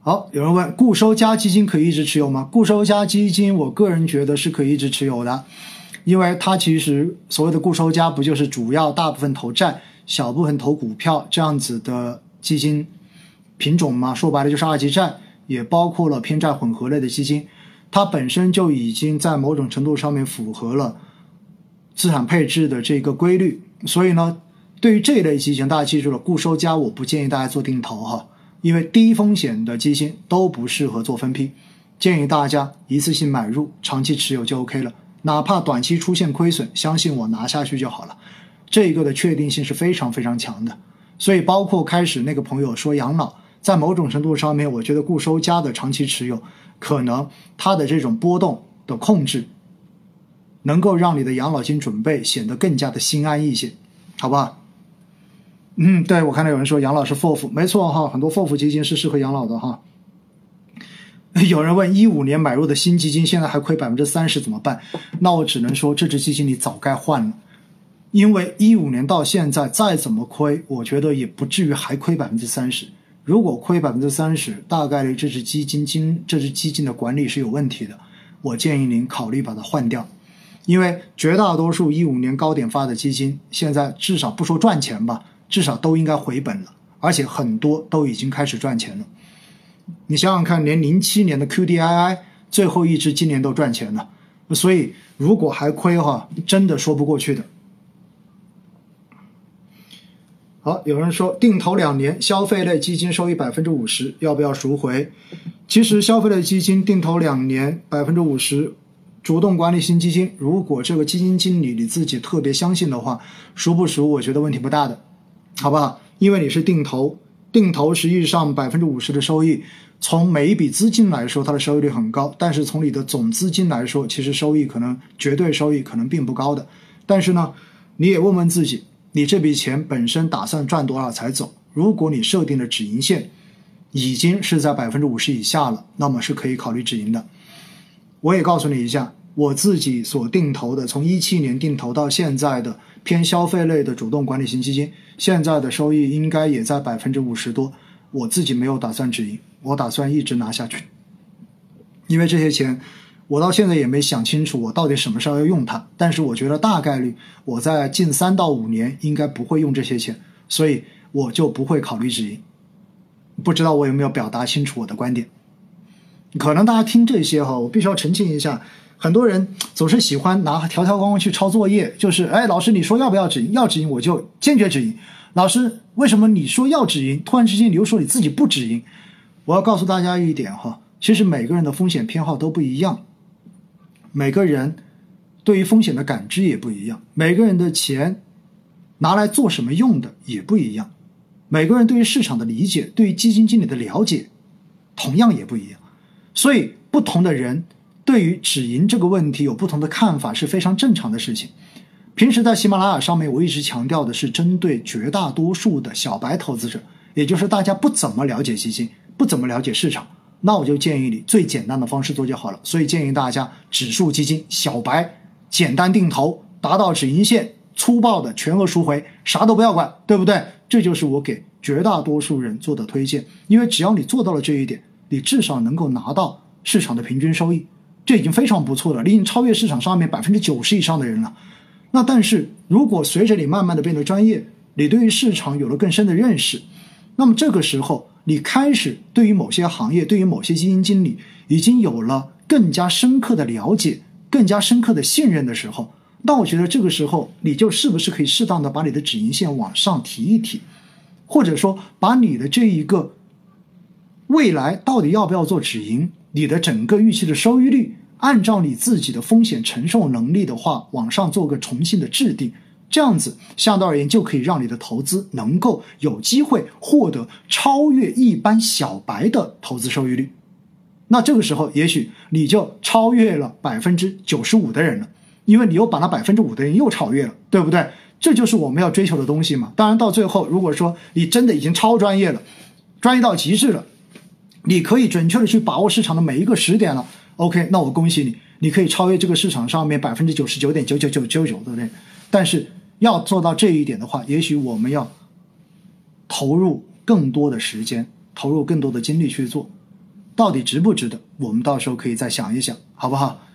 好，有人问固收加基金可以一直持有吗？固收加基金我个人觉得是可以一直持有的，因为它其实所谓的固收加不就是主要大部分投债，小部分投股票这样子的基金品种吗？说白了就是二级债，也包括了偏债混合类的基金，它本身就已经在某种程度上面符合了资产配置的这个规律。所以呢，对于这一类基金，大家记住了，固收加我不建议大家做定投哈，因为低风险的基金都不适合做分批，建议大家一次性买入，长期持有就 OK 了，哪怕短期出现亏损，相信我拿下去就好了，这个的确定性是非常非常强的。所以包括开始那个朋友说养老，在某种程度上面，我觉得固收加的长期持有，可能它的这种波动的控制能够让你的养老金准备显得更加的心安一些，好不好？对，我看到有人说养老是 FOF， 没错哈，很多 FOF 基金是适合养老的哈。有人问15年买入的新基金现在还亏 30% 怎么办？那我只能说这只基金你早该换了，因为15年到现在再怎么亏，我觉得也不至于还亏 30%。如果亏 30%， 大概率这只基金的管理是有问题的，我建议您考虑把它换掉。因为绝大多数15年高点发的基金现在至少不说赚钱吧，至少都应该回本了，而且很多都已经开始赚钱了。你想想看，连07年的 QDII 最后一只今年都赚钱了，所以如果还亏的话，真的说不过去的。好，有人说定投2年消费类基金收益 50%， 要不要赎回？其实消费类基金定投2年 50%， 主动管理型基金，如果这个基金经理你自己特别相信的话，赎不赎我觉得问题不大的，好不好？因为你是定投实际上 50% 的收益，从每一笔资金来说它的收益率很高，但是从你的总资金来说，其实绝对收益可能并不高的。但是呢，你也问问自己，你这笔钱本身打算赚多少才走？如果你设定的止盈线已经是在 50% 以下了，那么是可以考虑止盈的。我也告诉你一下，我自己所定投的，从17年定投到现在的偏消费类的主动管理型基金，现在的收益应该也在 50% 多，我自己没有打算止盈，我打算一直拿下去。因为这些钱我到现在也没想清楚我到底什么时候要用它，但是我觉得大概率我在近3到5年应该不会用这些钱，所以我就不会考虑止盈。不知道我有没有表达清楚我的观点？可能大家听这些我必须要澄清一下，很多人总是喜欢拿条条框框去抄作业，就是老师你说要不要止盈？要止盈我就坚决止盈。老师为什么你说要止盈，突然之间你又说你自己不止盈？我要告诉大家一点其实每个人的风险偏好都不一样，每个人对于风险的感知也不一样，每个人的钱拿来做什么用的也不一样，每个人对于市场的理解，对于基金经理的了解同样也不一样，所以不同的人对于止盈这个问题有不同的看法是非常正常的事情。平时在喜马拉雅上面我一直强调的是针对绝大多数的小白投资者，也就是大家不怎么了解基金，不怎么了解市场，那我就建议你最简单的方式做就好了。所以建议大家指数基金小白简单定投，达到止盈线，粗暴的全额赎回，啥都不要管，对不对？这就是我给绝大多数人做的推荐。因为只要你做到了这一点，你至少能够拿到市场的平均收益，这已经非常不错了，你已经超越市场上面 90% 以上的人了。那但是如果随着你慢慢的变得专业，你对于市场有了更深的认识，那么这个时候你开始对于某些行业，对于某些基金经理已经有了更加深刻的了解，更加深刻的信任的时候，那我觉得这个时候你就是不是可以适当的把你的止盈线往上提一提，或者说把你的这一个未来到底要不要做止盈，你的整个预期的收益率按照你自己的风险承受能力的话往上做个重新的制定，这样子相对而言就可以让你的投资能够有机会获得超越一般小白的投资收益率。那这个时候也许你就超越了 95% 的人了，因为你又把那 5% 的人又超越了，对不对？这就是我们要追求的东西嘛。当然到最后如果说你真的已经超专业了，专业到极致了，你可以准确的去把握市场的每一个时点了， OK， 那我恭喜你，你可以超越这个市场上面 99.99999% 的人。但是要做到这一点的话，也许我们要投入更多的时间，投入更多的精力去做。 到底值不值得，我们到时候可以再想一想，好不好？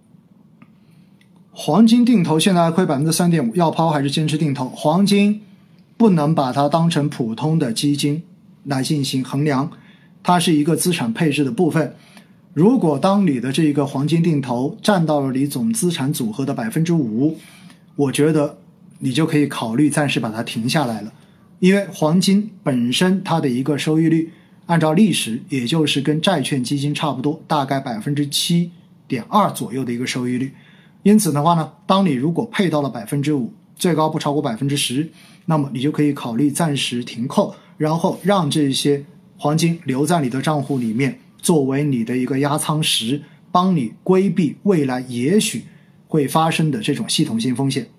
黄金定投现在亏 3.5%， 要抛还是坚持定投？黄金不能把它当成普通的基金来进行衡量，它是一个资产配置的部分。如果当你的这个黄金定投占到了你总资产组合的 5%， 我觉得你就可以考虑暂时把它停下来了。因为黄金本身它的一个收益率按照历史也就是跟债券基金差不多，大概 7.2% 左右的一个收益率。因此的话呢，当你如果配到了 5%， 最高不超过 10%， 那么你就可以考虑暂时停扣，然后让这些黄金留在你的账户里面，作为你的一个压舱石，帮你规避未来也许会发生的这种系统性风险。